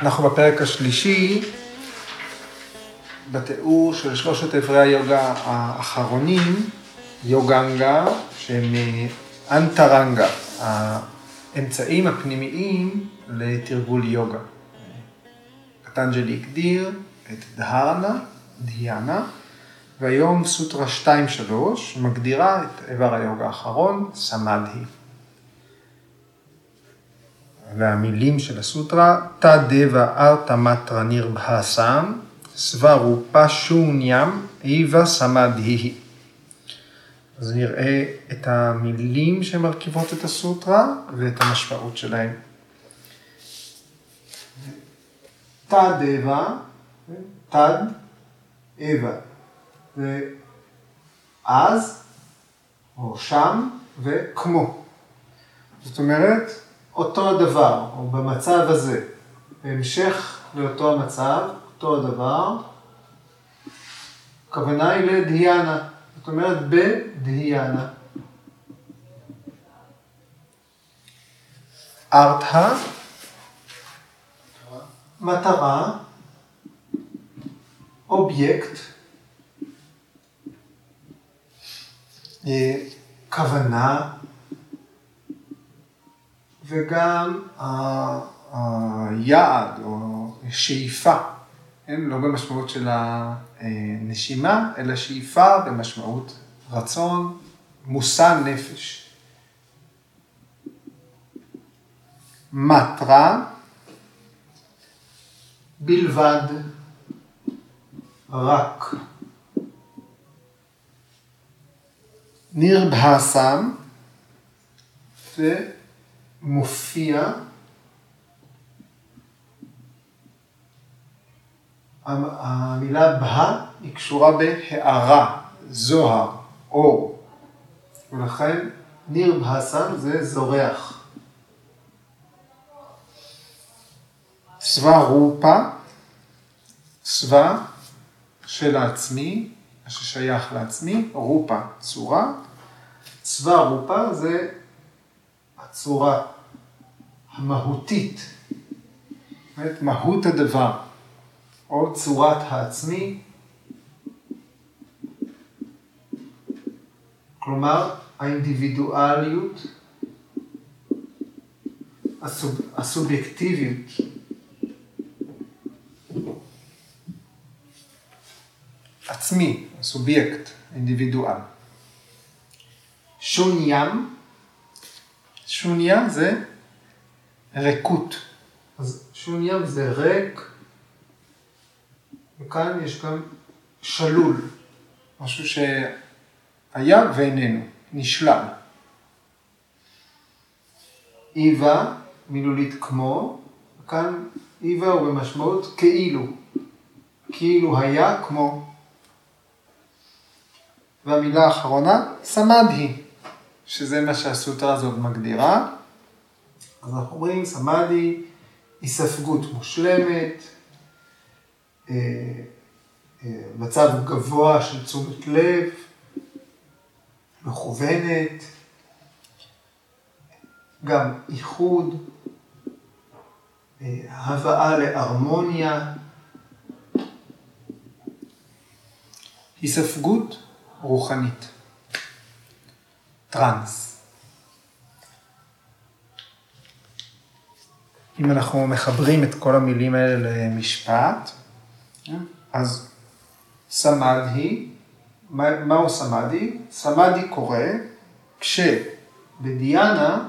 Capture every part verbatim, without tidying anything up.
אנחנו בפרק השלישי, בתיאור של שלושת איברי היוגה האחרונים, יוגנגה, שהם אנטרנגה, האמצעים הפנימיים לתרגול יוגה. פטנג'לי הגדיר את דהרנה, דיאנה, והיום סוטרה שתיים שלוש מגדירה את איבר היוגה האחרון, סמדהי. והמילים של הסוטרה, תא דבה ארטה מטרה נירבהסם, סוורופה שוניאם איבה סמדהי. אז נראה את המילים שמרכיבות את הסוטרה ואת המשמעות שלהם. תא דבה, תד, אבה, ואז, או שם, וכמו. זאת אומרת, אותו הדבר, או במצב הזה, בהמשך לאותו המצב, אותו הדבר, הכוונה היא לדהיאנה, זאת אומרת בדהיאנה. ארתha, מטרה, אובייקט, כוונה, וגם היעד או שאיפה, לא במשמעות של הנשימה, אלא שאיפה במשמעות רצון, מושא נפש. מטרה, בלבד, רק. נירבהסם, ומופיע, המילה בה היא קשורה בהארה, זוהר, אור. ולכן נירבהסם זה זורח. סוורופה, סווה של העצמי, ששייך לעצמי, רופה, צורה. סוורופה זה הצורה המהותית, זאת מהות הדבר, או צורת העצמי, כלומר האינדיבידואליות, הסוב, הסובייקטיביות. עצמי, הסובייקט, אינדיבידואל. שוניאם, שוניה זה ריקות. אז שוניאם זה ריק, וכאן יש גם שלול, משהו שהיה ואיננו, נשלל. איבה, מילולית כמו, וכאן איבה הוא במשמעות כאילו, כאילו היה כמו. והמילה האחרונה, סמדהי, שזה מה שהסוטרה הזאת מגדירה. אז אנחנו אומרים, סמדהי היא ספגות מושלמת, מצב גבוה של תשומת לב, מכוונת, גם איחוד, הבאה להרמוניה, היא ספגות רוחנית, טרנס. אם אנחנו מחברים את כל המילים האלה למשפט, אז סמדהי, מהו סמדהי? סמדהי קורה כשבדיאנה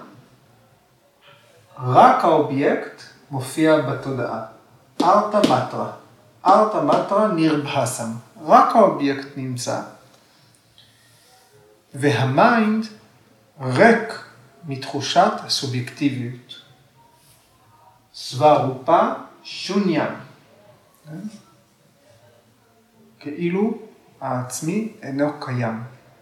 רק האובייקט מופיע בתודעה. ארטה מטרה, ארטה מטרה נירבהסם, רק האובייקט נמצא. והמיינד ריק מתחושת הסובייקטיביות. סוורופה שוניאם. כאילו העצמי אינו קיים.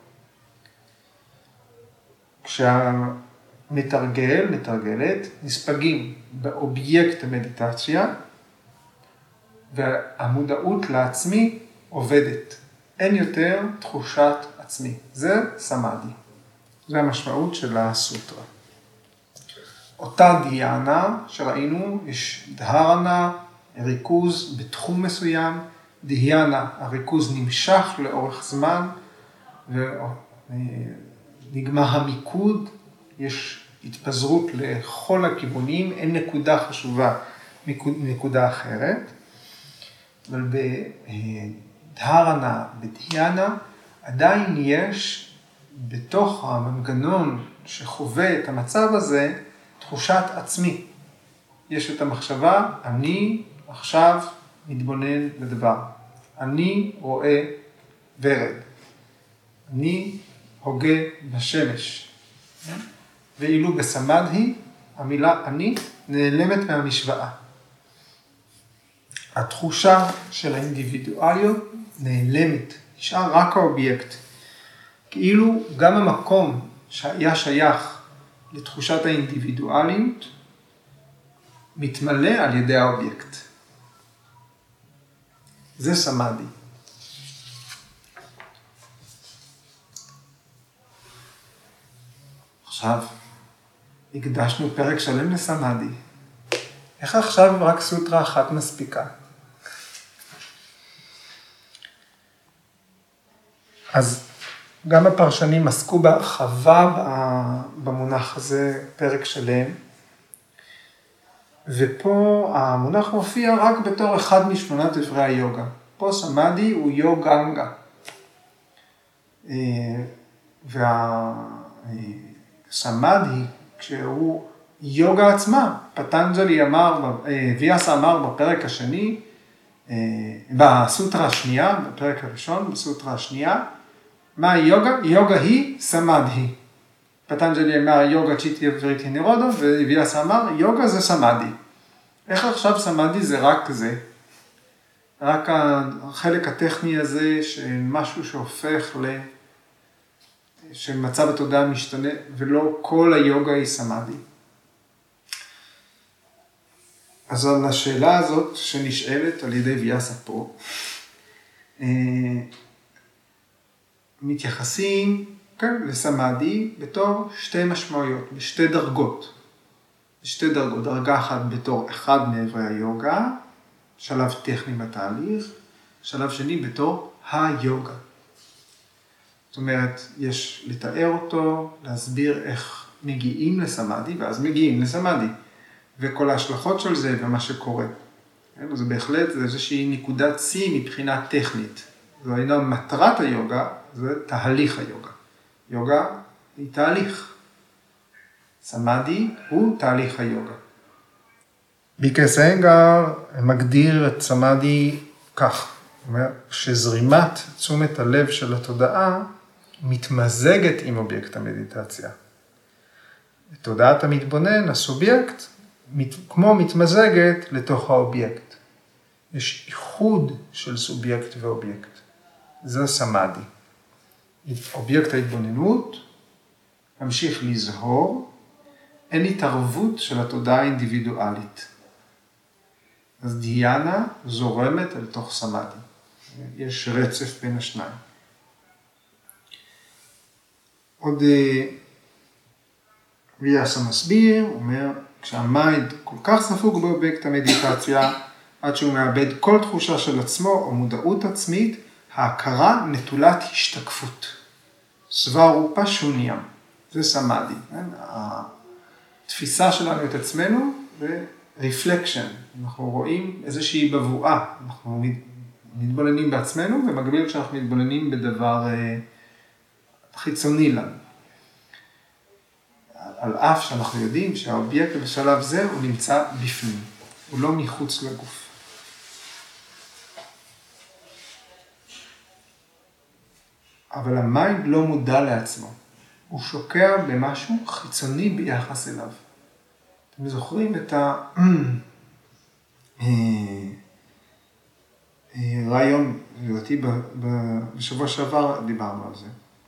כשהמתרגל, מתרגלת, נספגים באובייקט המדיטציה, והמודעות לעצמי עובדת. אין יותר תחושת עצמי. זה סמדהי. זה המשמעות של הסוטרה. אותה דיאנה שראינו, יש דהרנה, ריכוז בתחום מסוים, דיאנה, הריכוז נמשך לאורך זמן, ונגמר המיקוד, יש התפזרות לכל הכיוונים, אין נקודה חשובה מנקודה אחרת, אבל בדהרנה, בדיאנה, עדיין יש בתוך המנגנון שחווה את המצב הזה, תחושת עצמי. יש את המחשבה, אני עכשיו מתבונן בדבר. אני רואה ורד. אני הוגה בשמש. ואילו בסמדהי, המילה אני נעלמת מהמשוואה. התחושה של האינדיבידואליות נעלמת, נשאר רק האובייקט. כאילו גם המקום שהיה שייך לתחושת האינדיבידואליות, מתמלא על ידי האובייקט. זה סמאדי. עכשיו, הקדשנו פרק שלם לסמאדי. איך עכשיו רק סוטרה אחת מספיקה? אז גם הפרשנים עסקו בהרחבה במונח הזה פרק שלם, ופה המונח מופיע רק בתור אחד משמונת איברי היוגה. פה סמאדי הוא יוגנגה. והסמאדי, כשהוא יוגה עצמה, פטנג'לי אמר, ויאסה אמר בפרק השני, בסוטרה השנייה, בפרק הראשון, בסוטרה השנייה, מה היוגה? יוגה היא סמאדי. פטנג'לי אמר יוגה צ'יטי וריטי נירודו, וויאסה אמר יוגה זה סמאדי. איך עכשיו סמאדי זה רק זה? רק החלק הטכני הזה של משהו שהופך ל... שמצב התודעה משתנה, ולא כל היוגה היא סמאדי. אז על השאלה הזאת שנשאלת על ידי ויאסה פה, מתייחסים כן, לסמאדי בתור שתי משמעויות, בשתי דרגות. בשתי דרגות, דרגה אחת בתור אחד מעברי היוגה, שלב טכני בתהליך, שלב שני בתור היוגה. זאת אומרת, יש לתאר אותו, להסביר איך מגיעים לסמאדי, ואז מגיעים לסמאדי, וכל ההשלכות של זה ומה שקורה. כן, זה בהחלט זה איזושהי נקודת שיא מבחינה טכנית. זו אינה מטרת היוגה, זה תהליך היוגה. יוגה היא תהליך. סמאדי הוא תהליך היוגה. ביקס איינגר מגדיר את סמאדי כך, אומר שזרימת תשומת הלב של התודעה מתמזגת עם אובייקט המדיטציה. תודעת המתבונן, הסובייקט, כמו מתמזגת לתוך האובייקט. יש איחוד של סובייקט ואובייקט. זה סמאדי. אובייקט ההתבוננות ממשיך לזהור, אין התערבות של התודעה האינדיבידואלית. אז דיאנה זורמת אל תוך סמאדי. יש רצף בין השניים. עוד ויאסה מסביר, הוא אומר, כשהמיינד כל כך ספוג באובייקט המדיטציה, עד שהוא מאבד כל תחושה של עצמו או מודעות עצמית, ההכרה נטולת השתקפות. סברו פשוניאם, זה סמאדי. התפיסה שלנו את עצמנו זה רפלקשן. אנחנו רואים איזושהי בבואה. אנחנו מתבוננים בעצמנו, ובמקביל כשאנחנו מתבוננים בדבר חיצוני לנו. על אף שאנחנו יודעים שהאובייקט בשלב זה הוא נמצא בפנים. הוא לא מחוץ לגוף. אבל המיינד לא מודע לעצמו. הוא שוקע במשהו חיצוני ביחס אליו. אתם זוכרים את הרעיון, לדעתי בשבוע שעבר דיברנו על זה.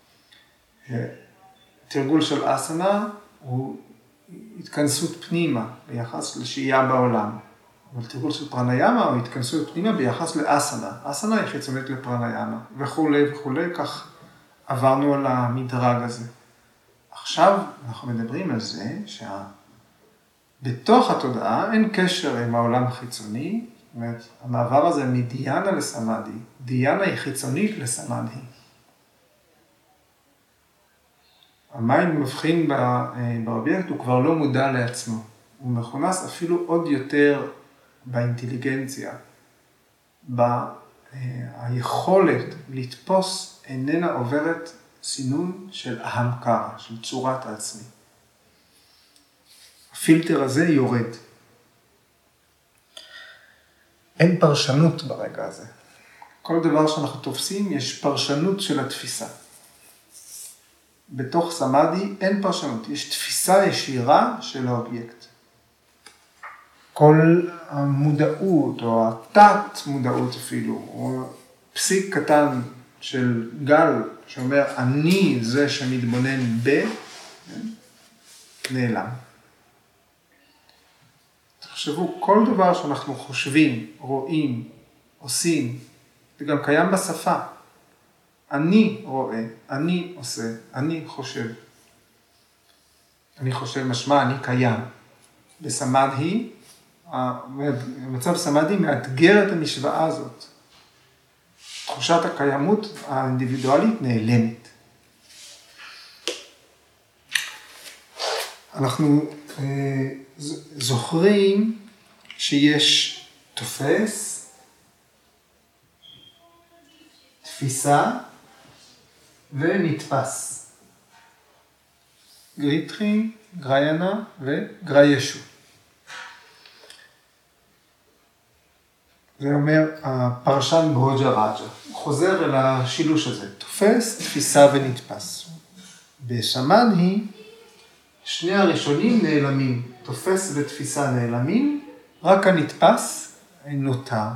תרגול של אסנה הוא התכנסות פנימה ביחס לשהייה בעולם. אבל תרגול של פרניאמה הוא התכנסות פנימה ביחס לאסנה. אסנה היא חיצונית לפרניאמה וכו' וכו', כך עברנו על המדרג הזה. עכשיו אנחנו מדברים על זה בתוך התודעה אין קשר עם העולם החיצוני, זאת אומרת, המעבר הזה מדיאנה לסמאדי, דיאנה היא חיצונית לסמאדי. המיינד מבחין באובייקט, הוא כבר לא מודע לעצמו. הוא מכונס אפילו עוד יותר באינטליגנציה, ביכולת לתפוס איננה עוברת סינון של ההמקרה, של צורת העצמי. הפילטר הזה יורד. אין פרשנות ברגע הזה. כל דבר שאנחנו תופסים, יש פרשנות של התפיסה. בתוך סמאדי אין פרשנות, יש תפיסה ישירה של האובייקט. כל המודעות או התת מודעות אפילו, או פסיק קטן של גל שאומר אני זה שמתבונן ב, נעלם. תחשבו, כל דבר שאנחנו חושבים, רואים, עושים, זה גם קיים בשפה. אני רואה, אני עושה, אני חושב. אני חושב משמע, אני קיים. בסמאדי, המצב סמאדי מאתגר את המשוואה הזאת. תחושת הקיימות האינדיבידואלית נעלמת. אנחנו אה, זוכרים שיש תופס, תפיסה ונתפס. גריטרי, גריינה וגריישו. זה אומר הפרשן בהוג'ה רג'ה. הוא חוזר אל השילוש הזה. תופס, תפיסה ונתפס. בסמאדי, שני הראשונים נעלמים. תופס ותפיסה נעלמים, רק הנתפס נותר.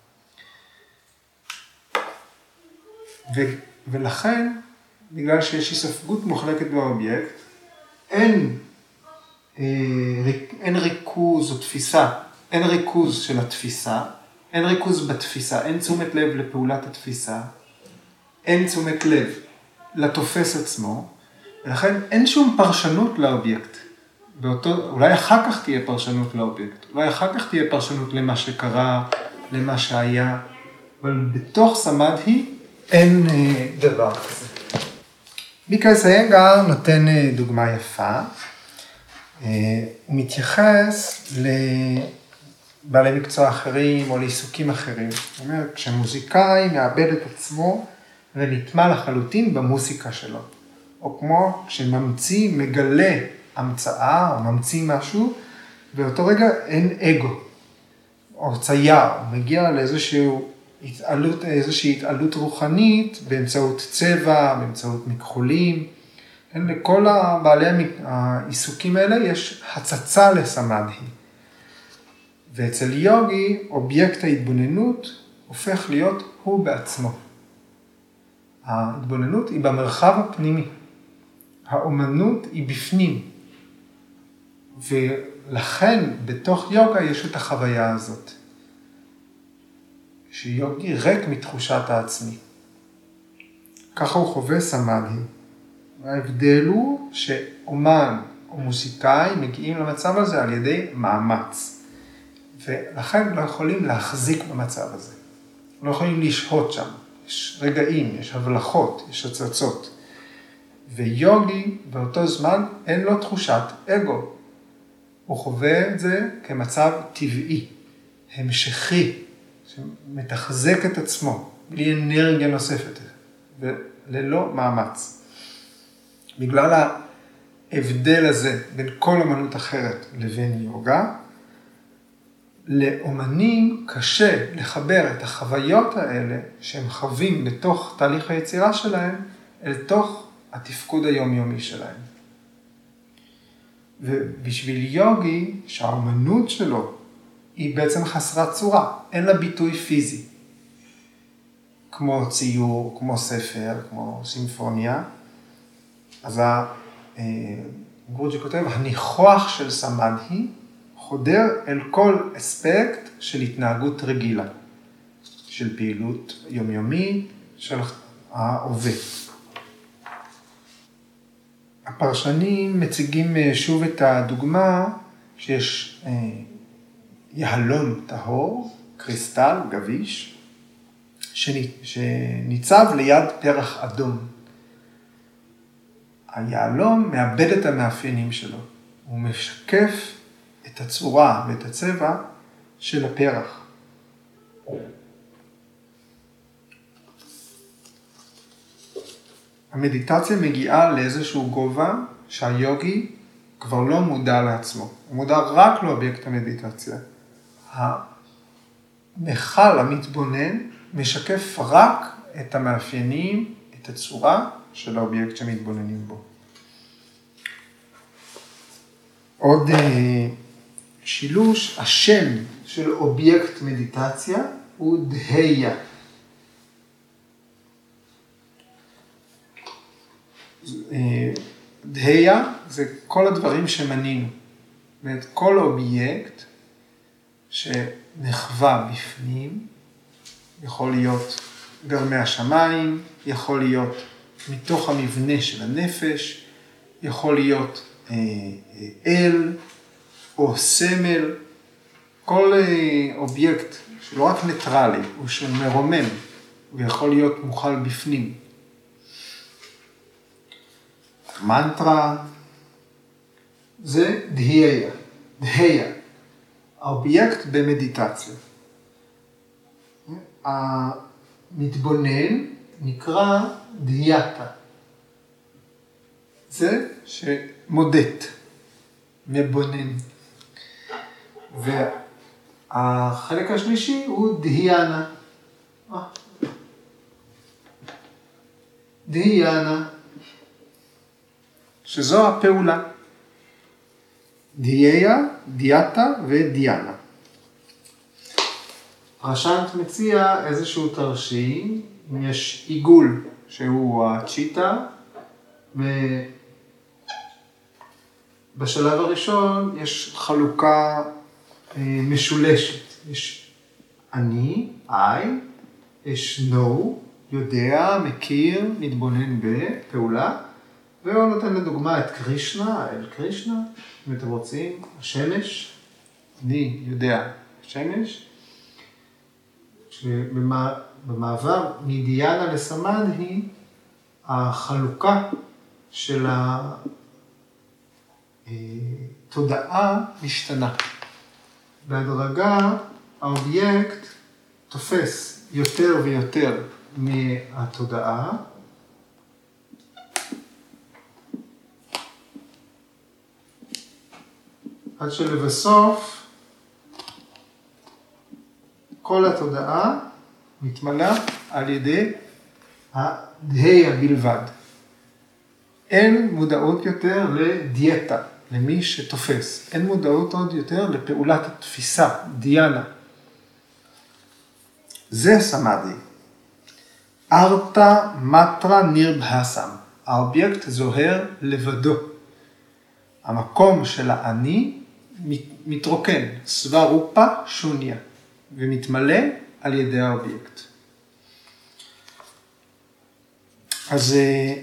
ו, ולכן, בגלל שיש הספגות מוחלקת באובייקט, אין, אה, אין ריכוז או תפיסה, אין ריכוז של התפיסה, אין ריכוז בתפיסה, אין תשומת לב לפעולת התפיסה, אין תשומת לב לתופס עצמו, ולכן אין שום פרשנות לאובייקט. באותו, אולי אחר כך תהיה פרשנות לאובייקט, אולי אחר כך תהיה פרשנות למה שקרה, למה שהיה, אבל בתוך סמאדי אין אה, דבר כזה. מיקאס איינגר נותן אה, דוגמה יפה, אה, הוא מתייחס לבעלי מקצוע אחרים או לעיסוקים אחרים. זאת אומרת, כשמוזיקאי מאבד את עצמו ונטמע לחלוטין במוסיקה שלו, או כמו כשממציא מגלה המצאה או ממציא משהו, באותו רגע אין אגו, או צייר, הוא מגיע לאיזשהו התעלות, איזושהי התעלות רוחנית באמצעות צבע, באמצעות מכחולים. לכל בעלי העיסוקים האלה יש הצצה לסמאדי. ואצל יוגי, אובייקט ההתבוננות הופך להיות הוא בעצמו. ההתבוננות היא במרחב הפנימי. האומנות היא בפנים. ולכן בתוך יוגה יש את החוויה הזאת. שיוגי ריק מתחושת העצמי. ככה הוא חווה סמאדי. ההבדל הוא שאומן או מוזיקאי מגיעים למצב הזה על ידי מאמץ. ולכן לא יכולים להחזיק במצב הזה. לא יכולים לשהות שם. יש רגעים, יש הבלחות, יש הצצות. ויוגי באותו זמן אין לו תחושת אגו. הוא חווה את זה כמצב טבעי, המשכי, שמתחזק את עצמו, בלי אנרגיה נוספת, וללא מאמץ. בגלל ההבדל הזה בין כל אמנות אחרת לבין יוגה, לאומנים קשה לחבר את החוויות האלה שהם חווים בתוך תהליך היצירה שלהם, אל תוך התפקוד היומיומי שלהם. ובשביל יוגי, שהאומנות שלו היא בעצם חסרת צורה, אין לה ביטוי פיזי. כמו ציור, כמו ספר, כמו סימפוניה. אז גורג'י כותב, הניחוח של סמאדי חודר אל כל אספקט של התנהגות רגילה, של פעילות יומיומית, של ההווה. הפרשנים מציגים שוב את הדוגמה שיש אה, יהלום טהור, קריסטל, גביש, שניצב ליד פרח אדום. היהלום מאבד את המאפיינים שלו. הוא משקף את הצורה ואת הצבע של הפרח. המדיטציה מגיעה לאיזשהו גובה שהיוגי כבר לא מודע לעצמו. הוא מודע רק לאובייקט המדיטציה. המחל המתבונן משקף רק את המאפיינים, את הצורה של האובייקט שמתבוננים בו. עוד שילוש, השם של אובייקט מדיטציה הוא דהיה. דהיה זה כל הדברים שמנינו. זאת אומרת, כל אובייקט שנחווה בפנים, יכול להיות גרמי השמיים, יכול להיות מתוך המבנה של הנפש, יכול להיות אה, אה, אל או סמל, כל אה, אובייקט שלא רק ניטרלי, הוא שהוא מרומם, הוא יכול להיות מוכל בפנים. מנטרה זה דהיה, דהיה, האובייקט במדיטציה. המתבונן נקרא דייתה. זה שמודט, מבונן. והחלק השלישי הוא דהיאנה. דהיאנה, שזו הפעולה. דהיה, דייתה ודיאנה. רש"נט מציע איזשהו תרשים, יש עיגול שהוא הצ'יטה, ובשלב הראשון יש חלוקה משולשת. יש אני, I, יש know, יודע, מכיר, מתבונן בפעולה, והוא נותן לדוגמה את קרישנה, אל קרישנה, אם אתם רוצים, השמש, אני יודע, השמש, שבמעבר מדיאנה לסמדהי, החלוקה של התודעה משתנה. בהדרגה האובייקט תופס יותר ויותר מהתודעה, עד שלבסוף כל התודעה מתמלאה על ידי הדהיה בלבד. אין מודעות יותר לדיאטה, למי שתופס. אין מודעות עוד יותר לפעולת התפיסה, דיאנה. זה סמאדי. ארתה מטרה נירבהסם. האובייקט זוהר לבדו. המקום של האני מתרוקן, סוורופה שוניה, ומתמלא על ידי האובייקט. אז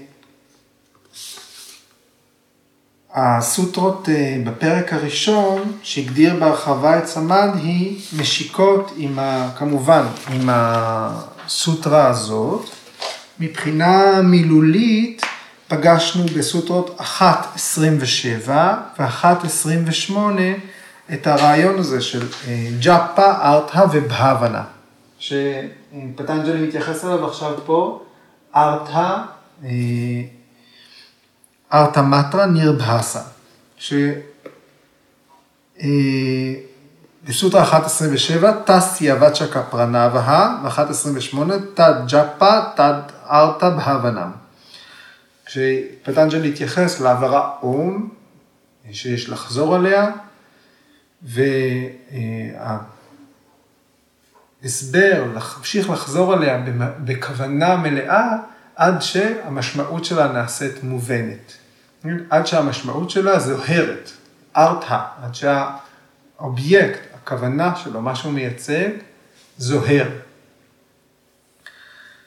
הסוטרות בפרק הראשון, שהגדיר בהרחבה את סמדהי, משיקות עם ה, כמובן עם הסוטרה הזאת. מבחינה מילולית, פגשנו בסוטרות אחת עשרים ושבע ו-אחת עשרים ושמונה את הרעיון הזה של ג'אפה, ארתהה ובהבנה, שפטנג'לי מתייחס אליו עכשיו פה, ארתהה, ארתה מטרה נירבהסה, שבסוטרה אחת עשרים ושבע, תסיה וצ'קה פרנבהה, ו-אחת עשרים ושמונה, תד ג'אפה, תד ארתה בהבנם. כשפטנג'לי התייחס לעברה אום, שיש לחזור עליה, והסבר, להמשיך לחזור עליה בכוונה מלאה, עד שהמשמעות שלה נעשית מובנת. עד שהמשמעות שלה זוהרת, ארתהה, עד שהאובייקט, הכוונה שלו, מה שהוא מייצג, זוהר.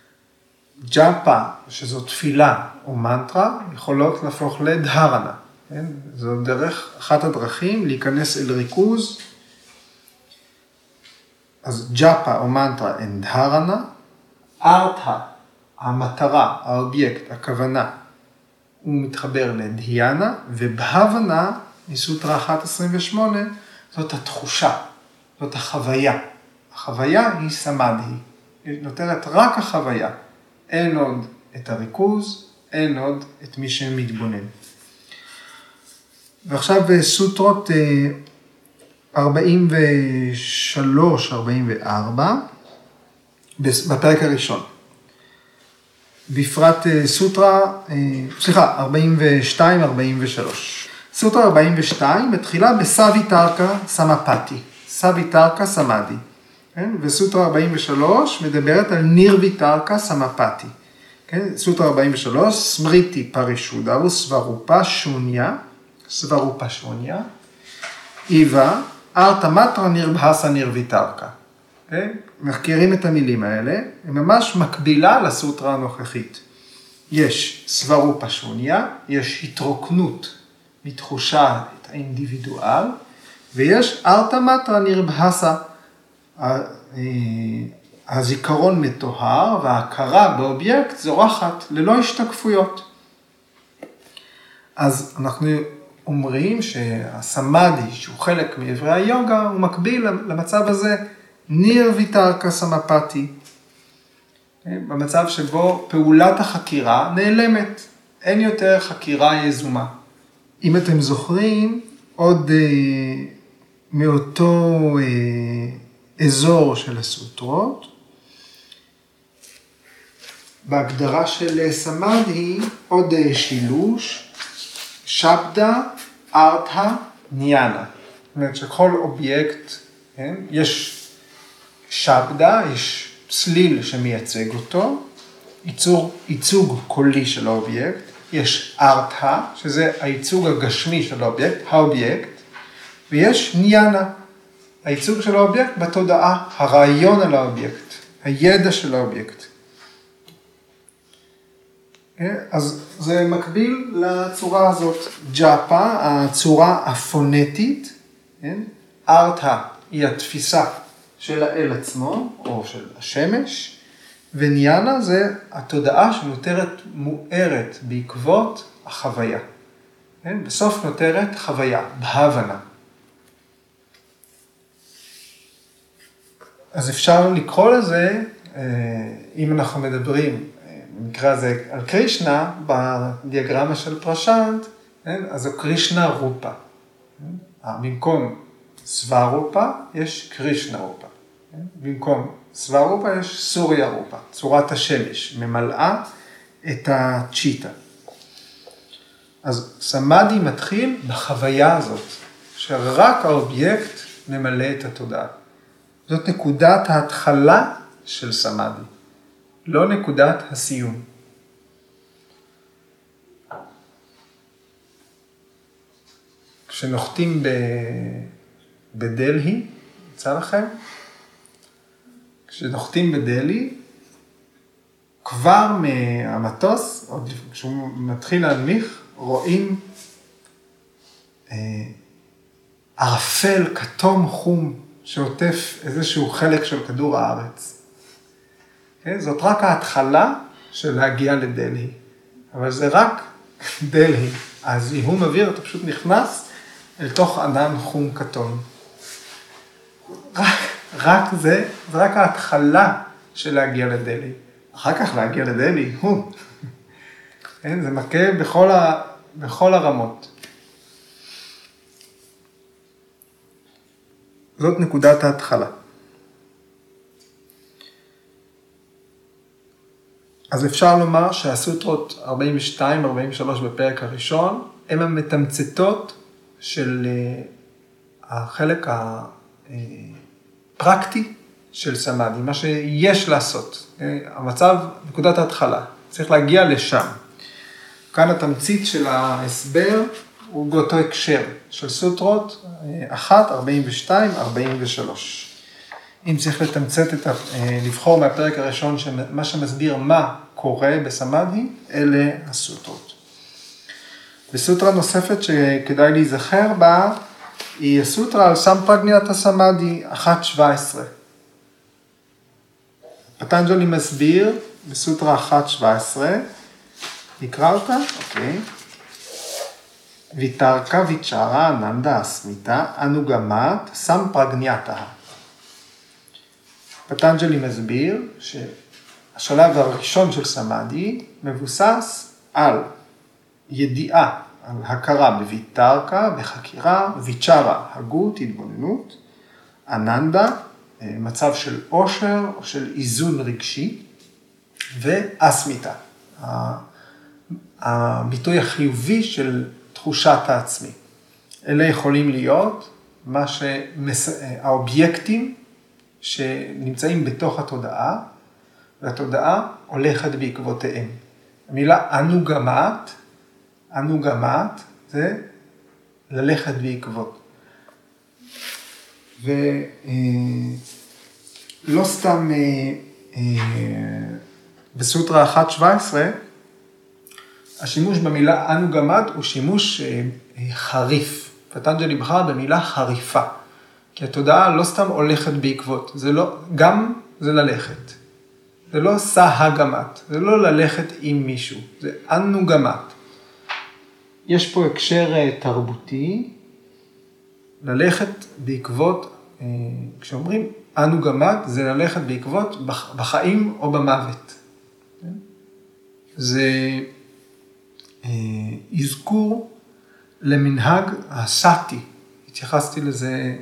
ג'אפה, שזו תפילה או מנטרה, יכולות להפוך לדהרנה. כן? זו דרך, אחת הדרכים להיכנס אל ריכוז. אז ג'אפה או מנטרה הן דהרנה, ארת'ה, המטרה, האובייקט, הכוונה, הוא מתחבר לדהיאנה, ובהבנה, מסוטרה אחת עשרים ושמונה, זאת התחושה, זאת החוויה. החוויה היא סמאדהי, נותרת רק החוויה. אין עוד את הריכוז, אין עוד את מי שמתבונן. ועכשיו סוטרות ארבעים ושלוש ארבעים וארבע, בפרק הראשון. בפרט סוטרה, סליחה, ארבעים ושתיים ארבעים ושלוש. סוטרה ארבעים ושתיים מתחילה בסוויטרקה סמפתי, סוויטרקה סמאדי. כן? וסוטרה ארבעים ושלוש מדברת על נירוויטרקה סמפתי. כן? סוטרה ארבעים ושלוש, סמריטי פרישודה וסברופה שוניה, סברופה שוניה, איבה, ארת'ה מטרה נירבהסה נירוויטרקה. Okay? מכירים את המילים האלה, היא ממש מקבילה לסוטרה הנוכחית. יש סברופה שוניה, יש התרוקנות מתחושה את האינדיבידואל, ויש ארת'ה מטרה נירבהסה, הזיכרון מטוהר וההכרה באובייקט זורחת ללא השתקפויות. אז אנחנו אומרים שהסמאדי, שהוא חלק מעברי היוגה, הוא מקביל למצב הזה, נירוויטרקה סמפתי, במצב שבו פעולת החקירה נעלמת, אין יותר חקירה יזומה. אם אתם זוכרים, עוד אה, מאותו אה, אזור של הסוטרות, בהגדרה של סמאדי, עוד אה, שילוש, שבדה, ארת'ה, ניאנה. זאת אומרת שכל אובייקט, כן, יש שבדה, יש צליל שמייצג אותו, ייצוג, ייצוג קולי של האובייקט, יש ארת'ה, שזה הייצוג הגשמי של האובייקט, האובייקט, ויש ניאנה, הייצוג של האובייקט בתודעה, הרעיון על האובייקט, הידע של האובייקט. אז זה מקביל לצורה הזאת, ג'אפה, הצורה הפונטית, ארת'ה היא התפיסה של האל עצמו, או של השמש, וניאנה זה התודעה שנותרת מוארת בעקבות החוויה. בסוף נותרת חוויה, בהבנה. אז אפשר לקרוא לזה, אם אנחנו מדברים, במקרה הזה על קרישנה, בדיאגרמה של פרשנט, אז זו קרישנה רופה. במקום סוורופה, יש קרישנה רופה. במקום סוורופה, יש סוריה רופה, צורת השמש, ממלאה את הצ'יטה. אז סמאדי מתחיל בחוויה הזאת, שרק האובייקט ממלא את התודעה. זאת נקודת ההתחלה של סמאדי, לא נקודת הסיום. כשנוחתים ב... בדלהי, יצא לכם? כשנוחתים בדלהי, כבר מהמטוס, עוד כשהוא מתחיל להנמיך, רואים אה, ערפל כתום חום שעוטף איזשהו חלק של כדור הארץ. כן? זאת רק ההתחלה של להגיע לדלהי, אבל זה רק דלהי. הזיהום אוויר, אתה פשוט נכנס אל תוך ענן חום כתום. רק, רק זה, זה רק ההתחלה של להגיע לדלהי. אחר כך להגיע לדלהי, הוא. כן? זה מכה בכל, ה, בכל הרמות. זאת נקודת ההתחלה. אז אפשר לומר שהסוטרות ארבעים ושתיים ארבעים ושלוש בפרק הראשון, הן המתמצתות של החלק הפרקטי של סמאדי, מה שיש לעשות. המצב, נקודת ההתחלה, צריך להגיע לשם. כאן התמצית של ההסבר הוא באותו הקשר של סוטרות אחת, ארבעים ושתיים, ארבעים ושלוש. אם צריך לתמצת את, לבחור מהפרק הראשון, מה שמסביר מה קורה בסמאדי, אלה הסוטרות. וסוטרה נוספת שכדאי להיזכר בה, היא הסוטרה על סמפרגניאטה סמאדי אחת שבע עשרה. פטנג'לי מסביר בסוטרה אחת שבע עשרה, נקרא אותה? אוקיי. ויתרקה ויצ'רה אננדה אסמיתה אנוגמת סמפרגניאטה. פטנג'לי מסביר שהשלב הראשון של סמאדי מבוסס על ידיעה, על הכרה בויתרקה, בחקירה, ויצ'רה, הגות, התבוננות, אננדה, מצב של עושר או של איזון רגשי, ואסמיתה, הביטוי החיובי של תחושת העצמי. אלה יכולים להיות מה שהאובייקטים שנמצאים בתוך התודעה, והתודעה הולכת בעקבותיהם. המילה אנוגמת, אנוגמת זה ללכת בעקבות. ולא סתם בסוטרה אחת שבע עשרה, השימוש במילה אנוגמת הוא שימוש חריף. פטנג'לי בחר במילה חריפה. כי התודעה לא סתם הולכת בעקבות, זה לא, גם זה ללכת. זה לא סהגמת, זה לא ללכת עם מישהו, זה אנוגמת. יש פה הקשר תרבותי, ללכת בעקבות, כשאומרים אנוגמת, זה ללכת בעקבות בחיים או במוות. זה אזכור למנהג הסאטי, התייחסתי לזה,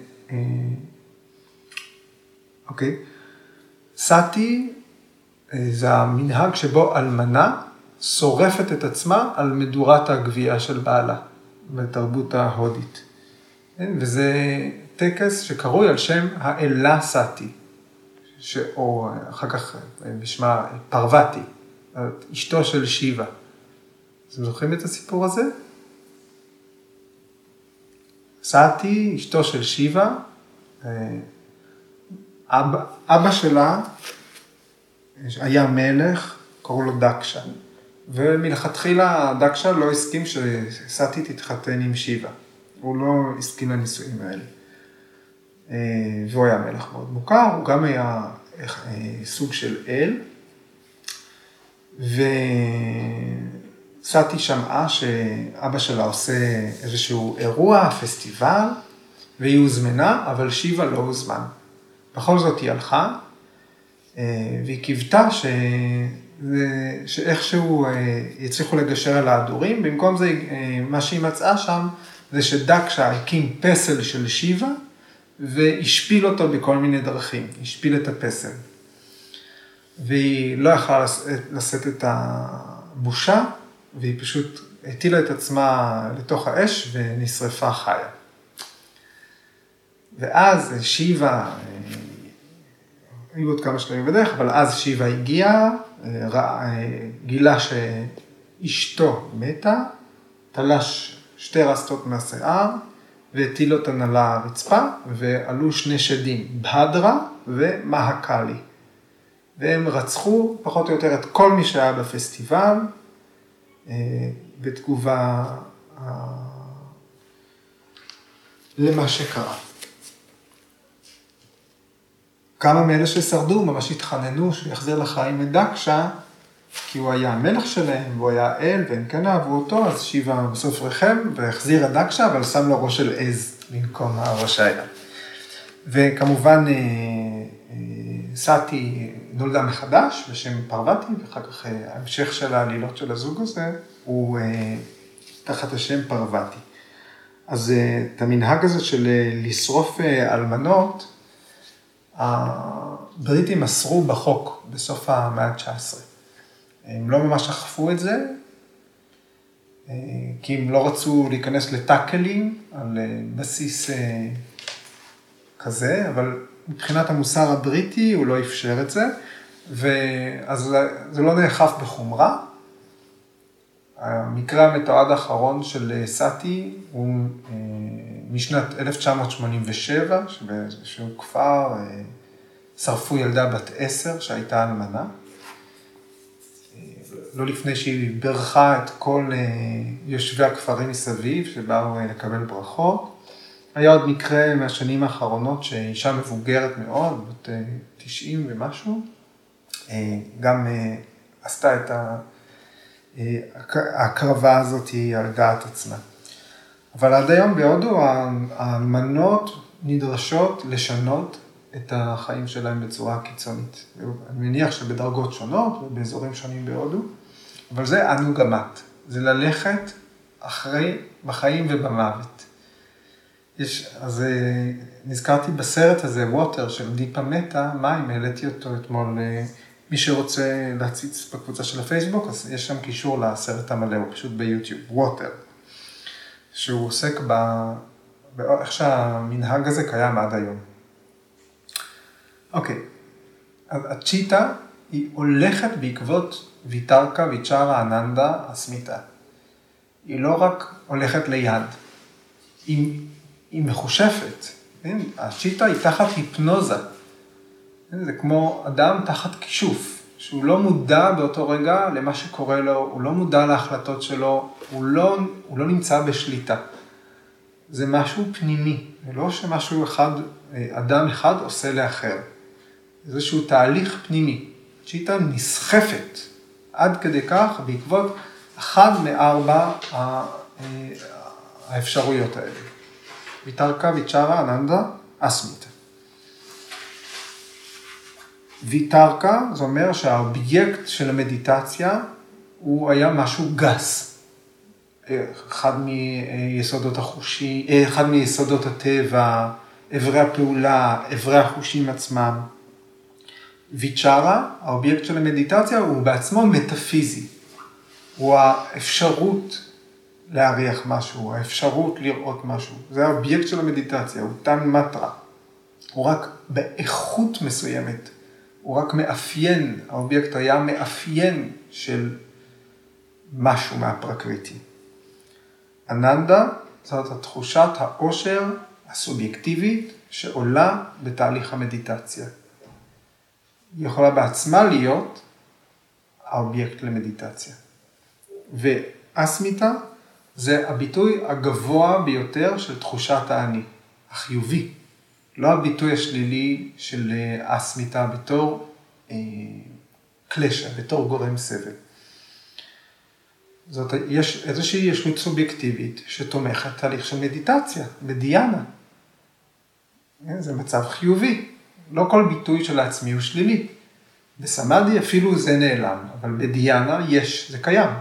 אוקיי. סאטי זה המנהג שבו אלמנה שורפת את עצמה על מדורת הגבייה של בעלה, בתרבות ההודית. וזה טקס שקרוי על שם האלה סאטי, או אחר כך בשמה פרווטי, אשתו של שיבה. אתם זוכרים את הסיפור הזה? סאטי, אשתו של שיבה, אבא, אבא שלה היה מלך, קראו לו דקשה, ומלכתחילה דקשה לא הסכים שסאטי תתחתן עם שיבה, הוא לא הסכים לנישואים האלה. והוא היה מלך מאוד מוכר, הוא גם היה סוג של אל, וסאטי שמעה שאבא שלה עושה איזשהו אירוע, פסטיבל, והיא הוזמנה, אבל שיבה לא הוזמן. בכל זאת היא הלכה, והיא קיוותה ש... שאיכשהו יצליחו לגשר על ההדורים, במקום זה מה שהיא מצאה שם, זה שדקשה הקים פסל של שיבה, והשפיל אותו בכל מיני דרכים, השפיל את הפסל. והיא לא יכלה לשאת את הבושה, והיא פשוט הטילה את עצמה לתוך האש ונשרפה חיה. ואז שיבה, היו עוד כמה שלבים בדרך, אבל אז שיבה הגיעה, גילה שאשתו מתה, תלש שתי רסטות מהשיער, והטיל אותן על הרצפה, ועלו שני שדים, בהדרה ומהקלי. והם רצחו פחות או יותר את כל מי שהיה בפסטיבל, בתגובה למה שקרה. כמה מאלה ששרדו ממש התחננו שיחזיר לחיים את דקשה, כי הוא היה המלך שלהם, והוא היה אל, והם כן אהבו אותו, אז שיבה בסוף רחם, והחזיר את דקשה, אבל שם לו ראש של עז במקום הראש האלה. וכמובן, סאטי נולדה מחדש בשם פרווטי, ואחר כך ההמשך של העלילות של הזוג הזה, הוא תחת השם פרווטי. אז את המנהג הזה של לשרוף אלמנות, הבריטים אסרו בחוק בסוף המאה ה-תשע עשרה. הם לא ממש אכפו את זה, כי הם לא רצו להיכנס לטאקלים על בסיס כזה, אבל מבחינת המוסר הבריטי הוא לא אפשר את זה, ואז זה לא נאכף בחומרה. המקרה המתועד האחרון של סאטי הוא משנת אלף תשע מאות שמונים ושבע, שבאיזשהו כפר שרפו ילדה בת עשר שהייתה אלמנה. לא לפני שהיא ברכה את כל יושבי הכפרים מסביב, שבאו לקבל ברכות. היה עוד מקרה מהשנים האחרונות, שאישה מבוגרת מאוד, בת תשעים ומשהו, גם עשתה את ההקרבה הזאת על דעת עצמה. אבל עד היום בהודו האלמנות נדרשות לשנות את החיים שלהם בצורה קיצונית. אני מניח שבדרגות שונות ובאזורים שונים בהודו, אבל זה אנוגמת, זה ללכת אחרי בחיים ובמוות. יש, אז נזכרתי בסרט הזה, ווטר, של דיפה מטה, מים, העליתי אותו אתמול, מי שרוצה להציץ בקבוצה של הפייסבוק, אז יש שם קישור לסרט המלא, הוא פשוט ביוטיוב, ווטר, שהוא עוסק ב... באיך שהמנהג הזה קיים עד היום. אוקיי, אז הצ'יטה היא הולכת בעקבות ויתרקה ויצ'רה אננדה הסמיתה. היא לא רק הולכת ליד, היא, היא מחושפת. כן? הצ'יטה היא תחת היפנוזה. כן? זה כמו אדם תחת כישוף, שהוא לא מודע באותו רגע למה שקורה לו, הוא לא מודע להחלטות שלו, הוא לא, הוא לא נמצא בשליטה. זה משהו פנימי, ולא שמשהו אחד, אדם אחד עושה לאחר. איזשהו תהליך פנימי. צ'יטה נסחפת עד כדי כך בעקבות אחד מארבע האפשרויות האלה. ויתרקה ויצ'רה אננדה אסמיתה. ויתרקה זה אומר שהאובייקט של המדיטציה הוא היה משהו גס. אחד מיסודות החושי, אחד מיסודות הטבע, עברי הפעולה, עברי החושים עצמם. ויצ'רה, האובייקט של המדיטציה, הוא בעצמו מטאפיזי. הוא האפשרות להריח משהו, האפשרות לראות משהו. זה האובייקט של המדיטציה, הוא תן מטרה. הוא רק באיכות מסוימת. הוא רק מאפיין, האובייקט היה מאפיין של משהו מהפרקריטי. אננדה, זאת התחושת העושר הסובייקטיבית שעולה בתהליך המדיטציה. היא יכולה בעצמה להיות האובייקט למדיטציה. ואסמיתה זה הביטוי הגבוה ביותר של תחושת האני, החיובי. לא הביטוי השלילי של אסמיתה בתור אה, קלשה, בתור גורם סבל. זאת, יש איזושהי ישות סובייקטיבית שתומכת תהליך של מדיטציה, בדיאנה. זה מצב חיובי. לא כל ביטוי של העצמי הוא שלילי. בסמאדי אפילו זה נעלם, אבל בדיאנה יש, זה קיים.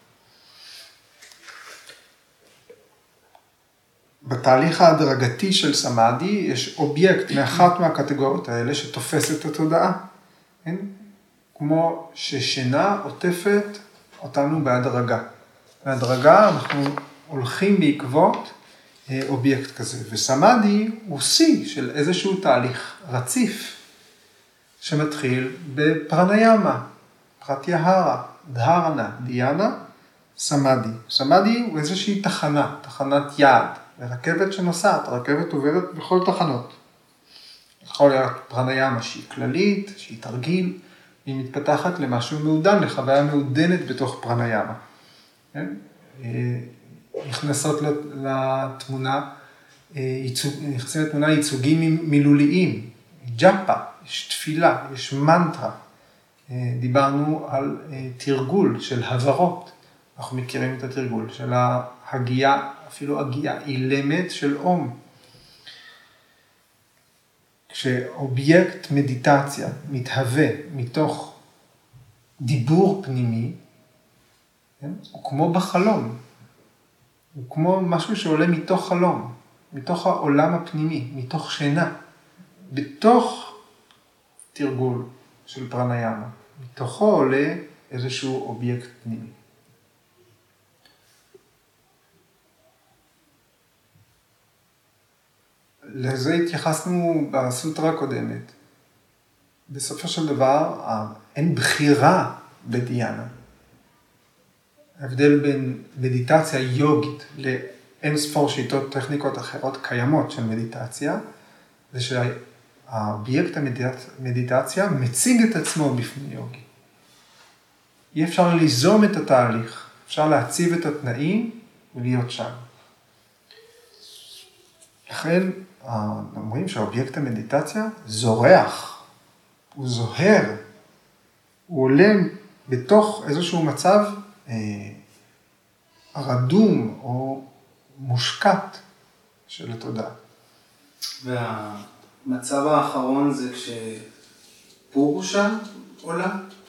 בתהליך ההדרגתי של סמאדי יש אובייקט מאחת מהקטגוריות האלה שתופס את התודעה. כן? כמו ששינה עוטפת אותנו בהדרגה. בהדרגה אנחנו הולכים בעקבות אובייקט כזה. וסמאדי הוא שיא של איזשהו תהליך רציף שמתחיל בפרניאמה, פרטיהרה, דהרנה, דיאנה, סמאדי. סמאדי הוא איזושהי תחנה, תחנת יעד. רכבת שנוסעת, הרכבת עוברת בכל תחנות. יכול להיות פרניאמה שהיא כללית, שהיא תרגיל, היא מתפתחת למשהו מעודן, לחוויה מעודנת בתוך פרניאמה. כן? נכנסות לתמונה, נכנסים לתמונה ייצוגים מילוליים, ג'אפה, יש תפילה, יש מנטרה. דיברנו על תרגול של הברות, אנחנו מכירים את התרגול של ההגייה, אפילו הגייה אילמת של אום. כשאובייקט מדיטציה מתהווה מתוך דיבור פנימי, כן? הוא כמו בחלום, הוא כמו משהו שעולה מתוך חלום, מתוך העולם הפנימי, מתוך שינה, בתוך תרגול של פרניאמה, מתוכו עולה איזשהו אובייקט פנימי. לזה התייחסנו בסוטרה הקודמת. בסופו של דבר, אין בחירה בדיאנה. ההבדל בין מדיטציה יוגית לאין ספור שיטות טכניקות אחרות קיימות של מדיטציה, זה שהאובייקט המדיטציה מציג את עצמו בפני יוגי. אי אפשר ליזום את התהליך, אפשר להציב את התנאים ולהיות שם. לכן, אומרים שהאובייקט המדיטציה זורח, הוא זוהר, הוא עולה בתוך איזשהו מצב אה, רדום או מושקט של התודעה. והמצב האחרון זה כשפורושה עולה?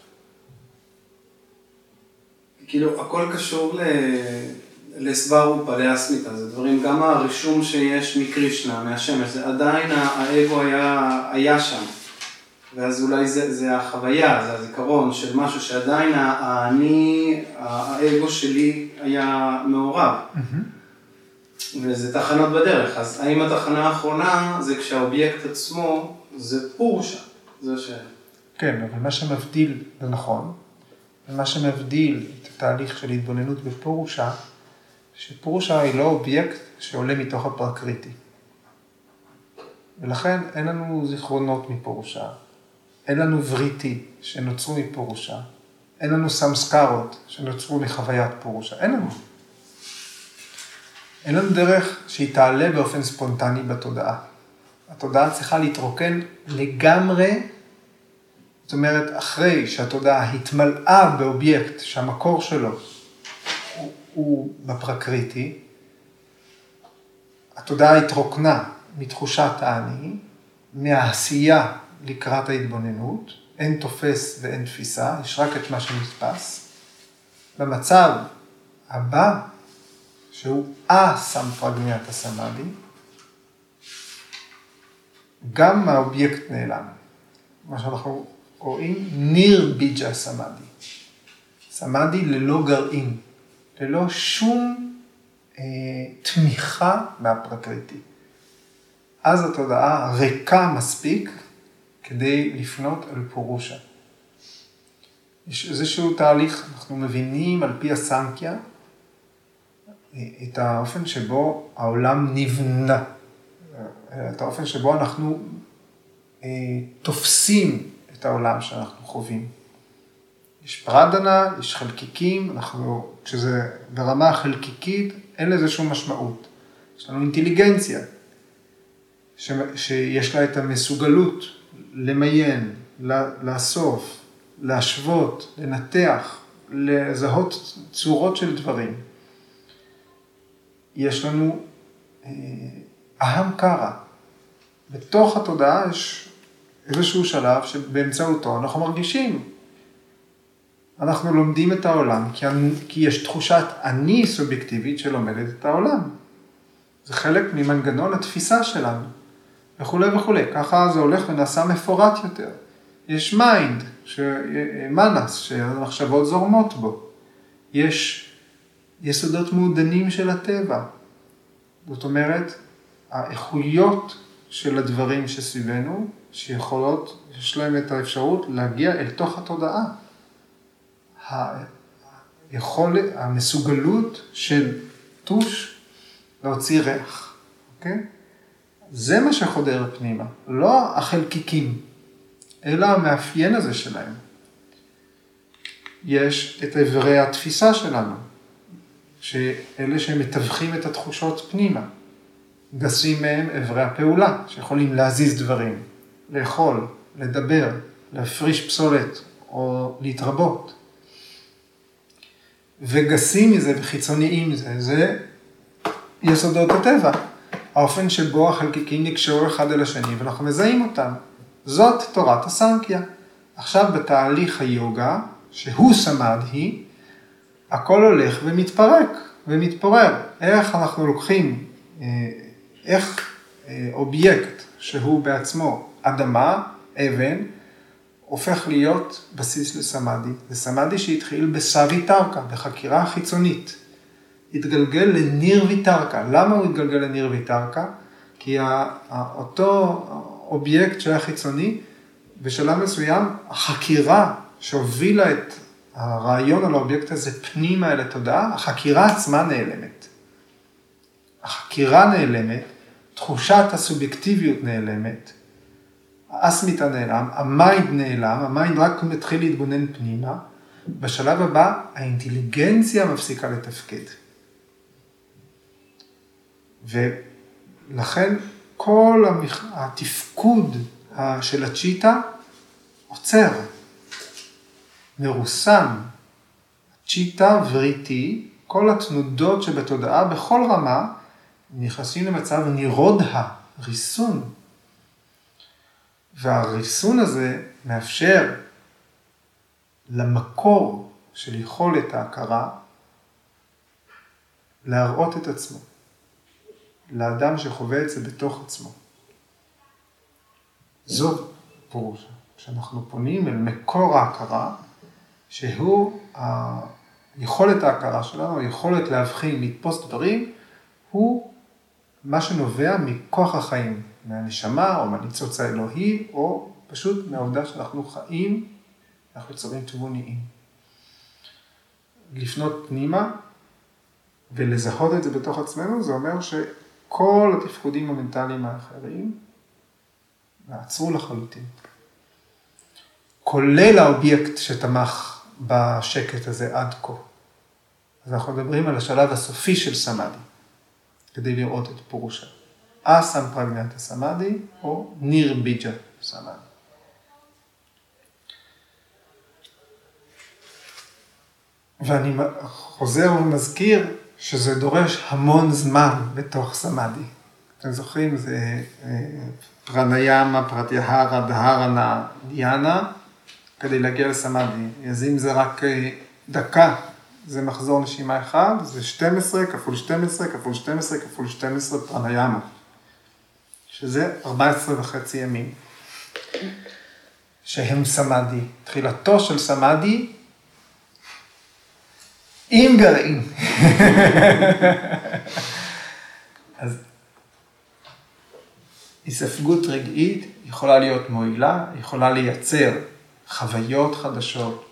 כאילו, הכל קשור ל... לסברו פליאסמיתה, זה דברים, גם הרישום שיש מקרישנה, מהשמש, זה עדיין האגו היה, היה שם. ואז אולי זה, זה החוויה, זה הזיכרון של משהו שעדיין אני, האגו שלי היה מעורב. Mm-hmm. וזה תחנות בדרך. אז האם התחנה האחרונה זה כשהאובייקט עצמו זה פורשה? זה ש... כן, אבל מה שמבדיל, זה נכון, ומה שמבדיל את התהליך של התבוננות בפורושה, שפורושה היא לא אובייקט שעולה מתוך הפרקריטי. ולכן אין לנו זיכרונות מפורושה, אין לנו וריטי שנוצרו מפורושה, אין לנו סמסקרות שנוצרו מחוויית פורושה, אין לנו. אין לנו דרך שהיא תעלה באופן ספונטני בתודעה. התודעה צריכה להתרוקן לגמרי, זאת אומרת, אחרי שהתודעה התמלאה באובייקט שהמקור שלו הוא, הוא בפרקריטי, התודעה התרוקנה מתחושת האני, מהעשייה לקראת ההתבוננות, אין תופס ואין תפיסה, יש רק את מה שנתפס. במצב הבא, שהוא א-סמפרגניית הסמאדי, גם האובייקט נעלם. מה שאנחנו רואים, ניר ביג'ה סמאדי. סמאדי ללא גרעין, ללא שום אה, תמיכה מהפרקריטי. אז התודעה ריקה מספיק כדי לפנות אל פורושה. יש איזשהו תהליך, אנחנו מבינים על פי הסנקיה, את האופן שבו העולם נבנה, את האופן שבו אנחנו אה, תופסים את העולם שאנחנו חווים. יש פרדנה, יש חלקיקים, אנחנו, כשזה ברמה החלקיקית, אין לזה שום משמעות. יש לנו אינטליגנציה, ש, שיש לה את המסוגלות למיין, לאסוף, להשוות, לנתח, לזהות צורות של דברים. יש לנו אהם קרא. בתוך התודעה יש איזשהו שלב שבאמצעותו אנחנו מרגישים. אנחנו לומדים את העולם כי, כי יש תחושת אני סובייקטיבית שלומדת את העולם. זה חלק ממנגנון התפיסה שלנו. וכו' וכו'. ככה זה הולך ונעשה מפורט יותר. יש מיינד, מנס, שהמחשבות זורמות בו. יש יסודות מעודנים של הטבע. זאת אומרת, האיכויות של הדברים שסביבנו, שיכולות, יש להם את האפשרות להגיע אל תוך התודעה. היכול, המסוגלות של טוש להוציא ריח. אוקיי? זה מה שחודר פנימה, לא החלקיקים, אלא המאפיין הזה שלהם. יש את עברי התפיסה שלנו, שאלה שמתווכים את התחושות פנימה. גסים מהם עברי הפעולה, שיכולים להזיז דברים, לאכול, לדבר, להפריש פסולת או להתרבות. וגסים מזה וחיצוניים מזה, זה יסודות הטבע. האופן שבו החלקיקים נקשרו אחד אל השני ואנחנו מזהים אותם. זאת תורת הסנקיה. עכשיו בתהליך היוגה, שהוא סמאדהי, הכל הולך ומתפרק ומתפורר. איך אנחנו לוקחים, איך אובייקט שהוא בעצמו אדמה, אבן, הופך להיות בסיס לסמאדי. זה סמאדי שהתחיל בסוויטרקה, בחקירה חיצונית. התגלגל לניר ויטרקה. למה הוא התגלגל לניר ויטרקה? כי אותו אובייקט שהיה חיצוני, בשלב מסוים, החקירה שהובילה את הרעיון על האובייקט הזה פנימה אל התודעה, החקירה עצמה נעלמת. החקירה נעלמת, תחושת הסובייקטיביות נעלמת, האסמיתה נעלם, המיינד נעלם, המיינד רק מתחיל להתבונן פנימה, בשלב הבא, האינטליגנציה מפסיקה לתפקד. ולכן כל המח... התפקוד של הצ'יטה עוצר, מרוסן. צ'יטה וריטי, כל התנודות שבתודעה בכל רמה, נכנסים למצב נירודה, ריסון. והריסון הזה מאפשר למקור של יכולת ההכרה להראות את עצמו, לאדם שחווה את זה בתוך עצמו. זו פירוש, כשאנחנו פונים אל מקור ההכרה, שהוא היכולת ההכרה שלנו, היכולת להבחין, לתפוס דברים, הוא מה שנובע מכוח החיים, מהנשמה או מהניצוץ האלוהי, או פשוט מהעובדה שאנחנו חיים, אנחנו יצורים תבוניים. לפנות פנימה ולזהות את זה בתוך עצמנו, זה אומר שכל התפקודים המנטליים האחרים נעצרו לחלוטין. כולל האובייקט שתמך בשקט הזה עד כה. אז אנחנו מדברים על השלב הסופי של סמאדי, כדי לראות את פירושה. אסמפרגנטה סמאדי או נירביג'ה סמאדי. ואני חוזר ומזכיר שזה דורש המון זמן בתוך סמאדי. אתם זוכרים, זה פרניאמה, פרטיהרה, דהרנה, דיאנה, כדי להגיע לסמאדי. אז אם זה רק דקה, זה מחזור נשימה אחד, זה שתים עשרה כפול שתים עשרה כפול שתים עשרה כפול שתים עשרה פרניאמה, שזה ארבע עשרה וחצי ימים, שהם סמאדי. תחילתו של סמאדי, עם גרעין. אז הספגות רגעית יכולה להיות מועילה, יכולה לייצר חוויות חדשות,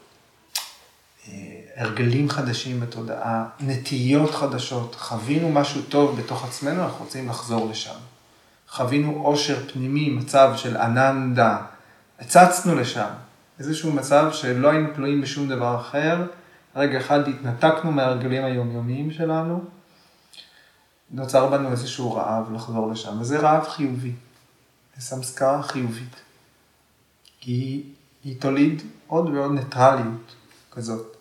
הרגלים חדשים בתודעה, נטיות חדשות, חווינו משהו טוב בתוך עצמנו, אנחנו רוצים לחזור לשם. חווינו עושר פנימי, מצב של אננדה, הצצנו לשם, איזשהו מצב שלא היינו תלויים בשום דבר אחר, רגע אחד התנתקנו מהרגלים היומיומיים שלנו, נוצר בנו איזשהו רעב לחזור לשם, וזה רעב חיובי, זה סמסקרה חיובית, כי היא, היא תוליד עוד ועוד ניטרליות כזאת.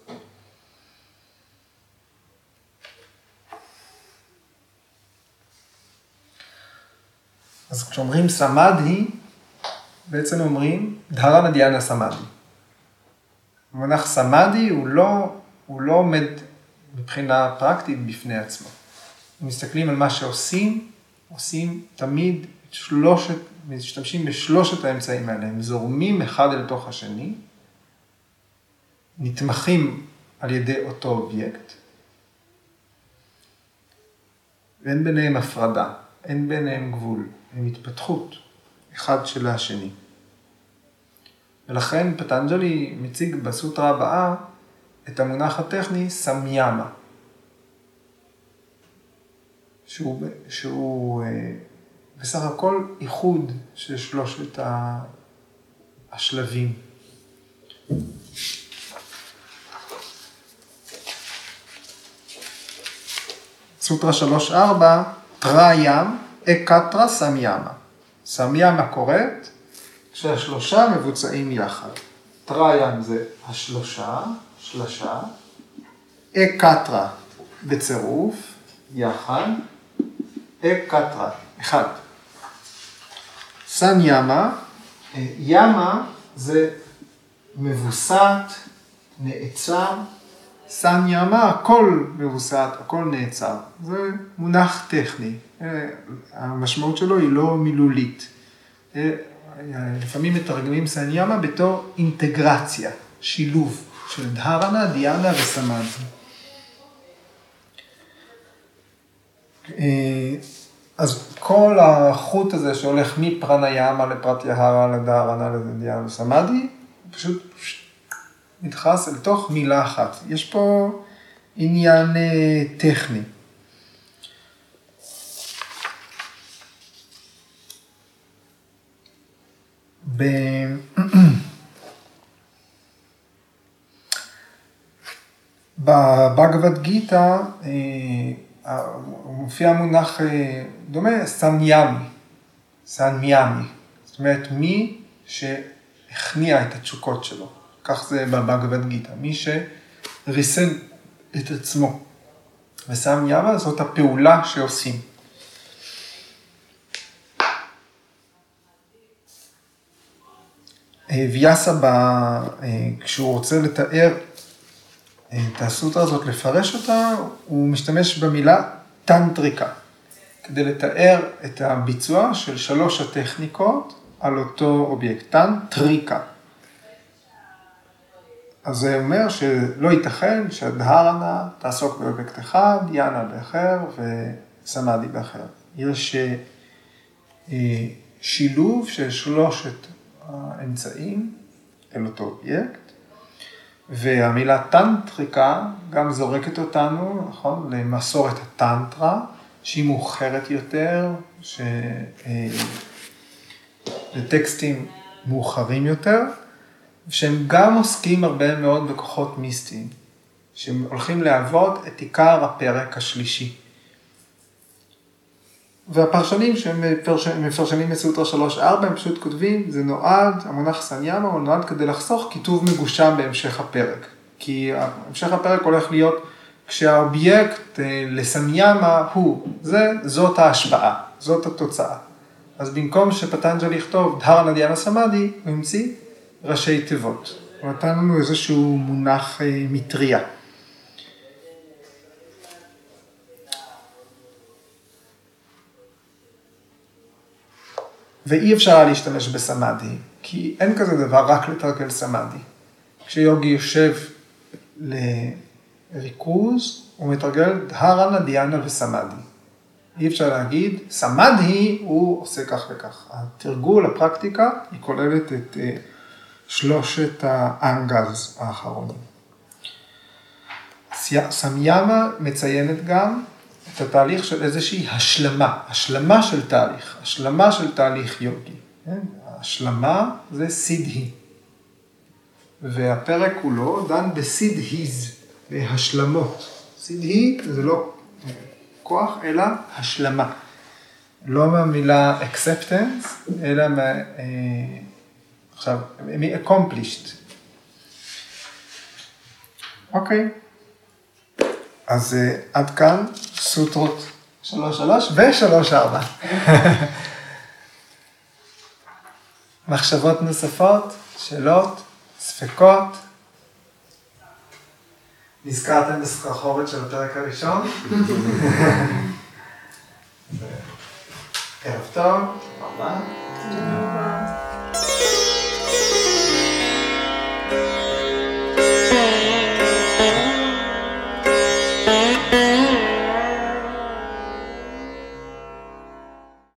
אז כשאומרים סמאדי, בעצם אומרים דהרנה דיאנה סמאדי. המונח סמאדי הוא לא, הוא לא עומד מבחינה פרקטית בפני עצמו. אם מסתכלים על מה שעושים, עושים תמיד שלושת, משתמשים בשלושת האמצעים האלה. הם זורמים אחד אל תוך השני, נתמכים על ידי אותו אובייקט, ואין ביניהם הפרדה, אין ביניהם גבול, הם התפתחות אחד של השני. ולכן פטנג'לי מציג בסוטרה הבאה את המונח הטכני סמיאמה, שהוא, שהוא בסך הכל איחוד של שלושת השלבים. סוטרה שלוש ארבע, טראיים אקטרה סמיאמה. סמיאמה קוראת כשהשלושה מבוצעים יחד. טראיים זה השלושה, שלושה, אקטרה בצירוף, יחד, אקטרה, אחד. סמיאמה, ימה זה מבוסת, נעצר, סמיאמה, הכל מבוסת, הכל נעצר. זה מונח טכני. המשמעות שלו היא לא מילולית. לפעמים מתרגמים סמיאמה בתור אינטגרציה, שילוב של דהרנה, דיאנה וסמאדי. אז כל החוט הזה שהולך מפרניאמה לפרטיהרה, לדהרנה, לדיאנה וסמאדי, פשוט נדחס אל תוך מילה אחת. יש פה עניין טכני. ב... בבגבד גיטה מופיע מונח דומה, סניאמי, סניאמי. זאת אומרת, מי שהכניע את התשוקות שלו. כך זה בבגבד גיטה, מי שריסן את עצמו. וסניאמה זאת הפעולה שעושים. ויאסה, כשהוא רוצה לתאר את הסוטרה הזאת, לפרש אותה, הוא משתמש במילה טנטריקה, כדי לתאר את הביצוע של שלוש הטכניקות על אותו אובייקט, טנטריקה. אז זה אומר שלא ייתכן שהדהרנה תעסוק באובייקט אחד, יאנה באחר וסמאדי באחר. יש שילוב של שלושת האמצעים אל אותו אובייקט, והמילה טנטריקה גם זורקת אותנו, נכון, למסורת הטנטרה, שהיא מאוחרת יותר, לטקסטים מאוחרים יותר, שהם גם עוסקים הרבה מאוד בכוחות מיסטיים, שהם הולכים לעבוד את עיקר הפרק השלישי. והפרשנים שהם מפרשנים בסוטרה שלוש ארבע, הם פשוט כותבים, זה נועד, המונח סניאמה הוא נועד כדי לחסוך כיתוב מגושם בהמשך הפרק. כי המשך הפרק הולך להיות, כשהאובייקט לסניאמה הוא, זה, זאת ההשפעה, זאת התוצאה. אז במקום שפטנג'לי יכתוב דהרנה דיאנה סמאדי, הוא המציא ראשי תיבות. הוא נתן לנו איזשהו מונח מטריה. ואי אפשר להשתמש בסמאדי, כי אין כזה דבר רק לתרגל סמאדי. כשיוגי יושב לריכוז, הוא מתרגל דהרנה, דיאנה וסמאדי. אי אפשר להגיד, סמאדי הוא עושה כך וכך. התרגול, הפרקטיקה, היא כוללת את שלושת האנגלס האחרונים. סמיאמה מציינת גם את התהליך של איזושהי השלמה, השלמה של תהליך, השלמה של תהליך יוגי. השלמה זה סידהי. והפרק כולו דן בסידהיז, בהשלמות. סידהי זה לא כוח, אלא השלמה. לא מהמילה acceptance, אלא מה... עכשיו, מ-accomplished. אוקיי. אז עד כאן סוטרות שלוש שלוש ו-שלוש ארבע. מחשבות נוספות, שאלות, ספקות. נזכרתם בסחרחורת של הפרק הראשון? ערב טוב. תודה רבה.